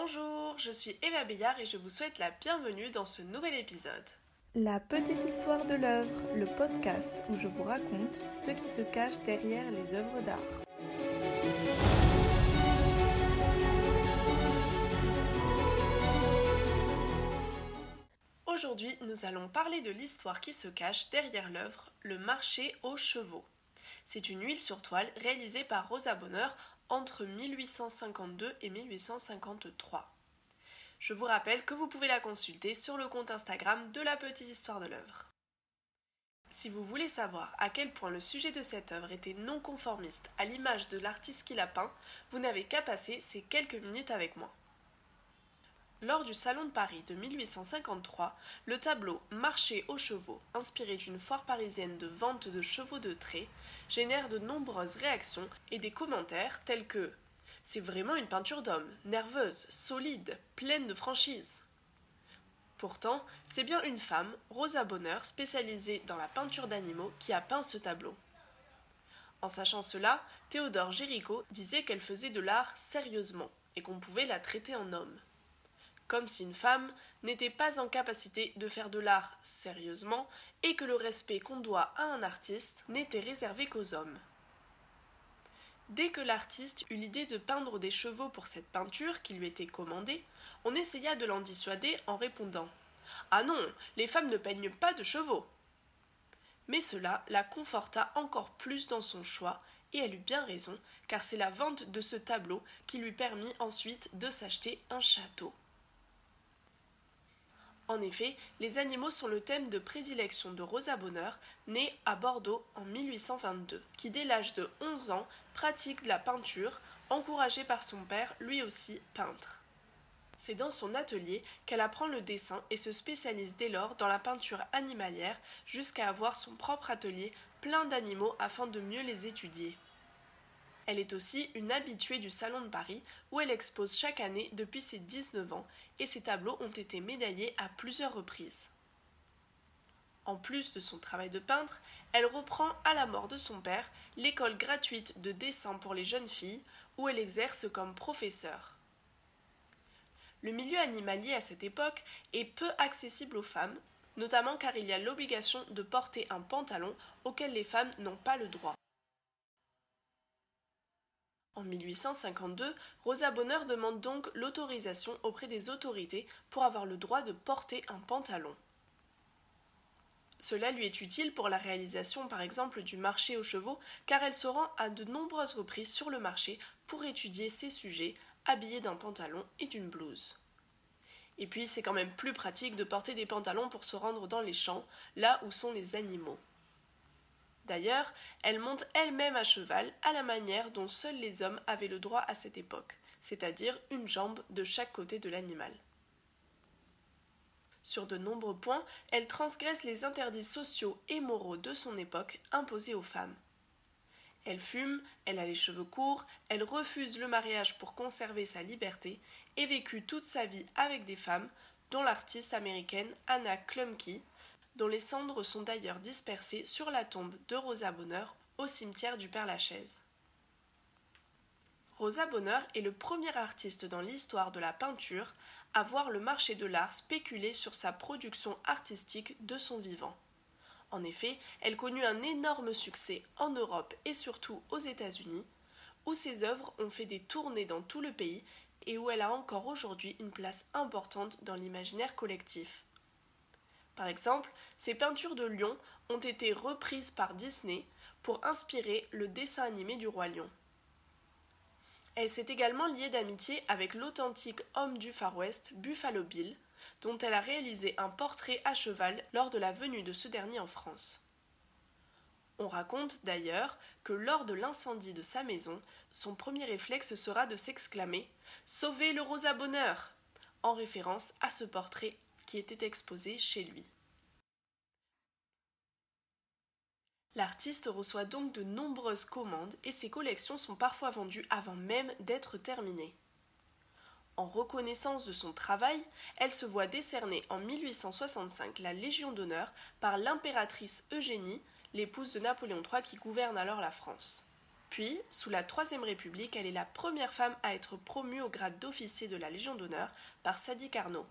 Bonjour, je suis Eva Béillard et je vous souhaite la bienvenue dans ce nouvel épisode. La petite histoire de l'œuvre, le podcast où je vous raconte ce qui se cache derrière les œuvres d'art. Aujourd'hui, nous allons parler de l'histoire qui se cache derrière l'œuvre Le marché aux chevaux. C'est une huile sur toile réalisée par Rosa Bonheur entre 1852 et 1853. Je vous rappelle que vous pouvez la consulter sur le compte Instagram de la petite histoire de l'œuvre. Si vous voulez savoir à quel point le sujet de cette œuvre était non conformiste à l'image de l'artiste qui l'a peint, vous n'avez qu'à passer ces quelques minutes avec moi. Lors du Salon de Paris de 1853, le tableau Marché aux chevaux, inspiré d'une foire parisienne de vente de chevaux de trait, génère de nombreuses réactions et des commentaires tels que « C'est vraiment une peinture d'homme, nerveuse, solide, pleine de franchise ». Pourtant, c'est bien une femme, Rosa Bonheur, spécialisée dans la peinture d'animaux, qui a peint ce tableau. En sachant cela, Théodore Géricault disait qu'elle faisait de l'art sérieusement et qu'on pouvait la traiter en homme. Comme si une femme n'était pas en capacité de faire de l'art sérieusement et que le respect qu'on doit à un artiste n'était réservé qu'aux hommes. Dès que l'artiste eut l'idée de peindre des chevaux pour cette peinture qui lui était commandée, on essaya de l'en dissuader en répondant « Ah non, les femmes ne peignent pas de chevaux !» Mais cela la conforta encore plus dans son choix, et elle eut bien raison, car c'est la vente de ce tableau qui lui permit ensuite de s'acheter un château. En effet, les animaux sont le thème de prédilection de Rosa Bonheur, née à Bordeaux en 1822, qui dès l'âge de 11 ans pratique de la peinture, encouragée par son père, lui aussi peintre. C'est dans son atelier qu'elle apprend le dessin et se spécialise dès lors dans la peinture animalière jusqu'à avoir son propre atelier plein d'animaux afin de mieux les étudier. Elle est aussi une habituée du Salon de Paris où elle expose chaque année depuis ses 19 ans et ses tableaux ont été médaillés à plusieurs reprises. En plus de son travail de peintre, elle reprend à la mort de son père l'école gratuite de dessin pour les jeunes filles où elle exerce comme professeure. Le milieu animalier à cette époque est peu accessible aux femmes, notamment car il y a l'obligation de porter un pantalon auquel les femmes n'ont pas le droit. En 1852, Rosa Bonheur demande donc l'autorisation auprès des autorités pour avoir le droit de porter un pantalon. Cela lui est utile pour la réalisation par exemple du marché aux chevaux car elle se rend à de nombreuses reprises sur le marché pour étudier ses sujets habillée d'un pantalon et d'une blouse. Et puis c'est quand même plus pratique de porter des pantalons pour se rendre dans les champs, là où sont les animaux. D'ailleurs, elle monte elle-même à cheval à la manière dont seuls les hommes avaient le droit à cette époque, c'est-à-dire une jambe de chaque côté de l'animal. Sur de nombreux points, elle transgresse les interdits sociaux et moraux de son époque imposés aux femmes. Elle fume, elle a les cheveux courts, elle refuse le mariage pour conserver sa liberté et vécut toute sa vie avec des femmes, dont l'artiste américaine Anna Klumke, dont les cendres sont d'ailleurs dispersées sur la tombe de Rosa Bonheur au cimetière du Père-Lachaise. Rosa Bonheur est le premier artiste dans l'histoire de la peinture à voir le marché de l'art spéculer sur sa production artistique de son vivant. En effet, elle connut un énorme succès en Europe et surtout aux États-Unis, où ses œuvres ont fait des tournées dans tout le pays et où elle a encore aujourd'hui une place importante dans l'imaginaire collectif. Par exemple, ses peintures de lions ont été reprises par Disney pour inspirer le dessin animé du Roi Lion. Elle s'est également liée d'amitié avec l'authentique homme du Far West, Buffalo Bill, dont elle a réalisé un portrait à cheval lors de la venue de ce dernier en France. On raconte d'ailleurs que lors de l'incendie de sa maison, son premier réflexe sera de s'exclamer « Sauvez le Rosa Bonheur !» en référence à ce portrait qui était exposé chez lui. L'artiste reçoit donc de nombreuses commandes et ses collections sont parfois vendues avant même d'être terminées. En reconnaissance de son travail, elle se voit décerner en 1865 la Légion d'honneur par l'impératrice Eugénie, l'épouse de Napoléon III qui gouverne alors la France. Puis, sous la Troisième République, elle est la première femme à être promue au grade d'officier de la Légion d'honneur par Sadi Carnot.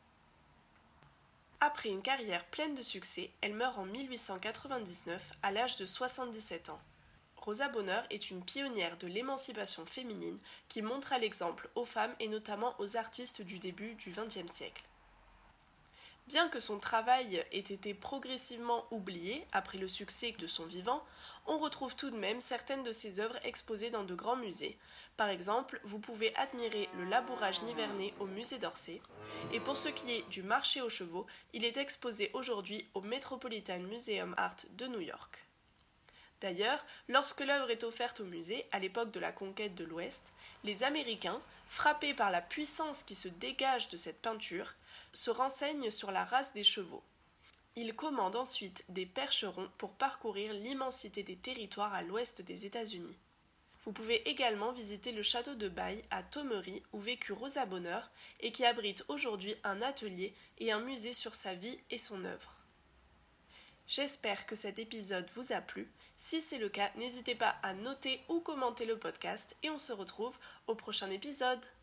Après une carrière pleine de succès, elle meurt en 1899 à l'âge de 77 ans. Rosa Bonheur est une pionnière de l'émancipation féminine qui montra l'exemple aux femmes et notamment aux artistes du début du XXe siècle. Bien que son travail ait été progressivement oublié après le succès de son vivant, on retrouve tout de même certaines de ses œuvres exposées dans de grands musées. Par exemple, vous pouvez admirer le labourage nivernais au musée d'Orsay. Et pour ce qui est du marché aux chevaux, il est exposé aujourd'hui au Metropolitan Museum Art de New York. D'ailleurs, lorsque l'œuvre est offerte au musée, à l'époque de la conquête de l'Ouest, les Américains, frappés par la puissance qui se dégage de cette peinture, se renseignent sur la race des chevaux. Ils commandent ensuite des percherons pour parcourir l'immensité des territoires à l'ouest des États-Unis. Vous pouvez également visiter le château de Baye à Thomery où vécut Rosa Bonheur et qui abrite aujourd'hui un atelier et un musée sur sa vie et son œuvre. J'espère que cet épisode vous a plu. Si c'est le cas, n'hésitez pas à noter ou commenter le podcast et on se retrouve au prochain épisode.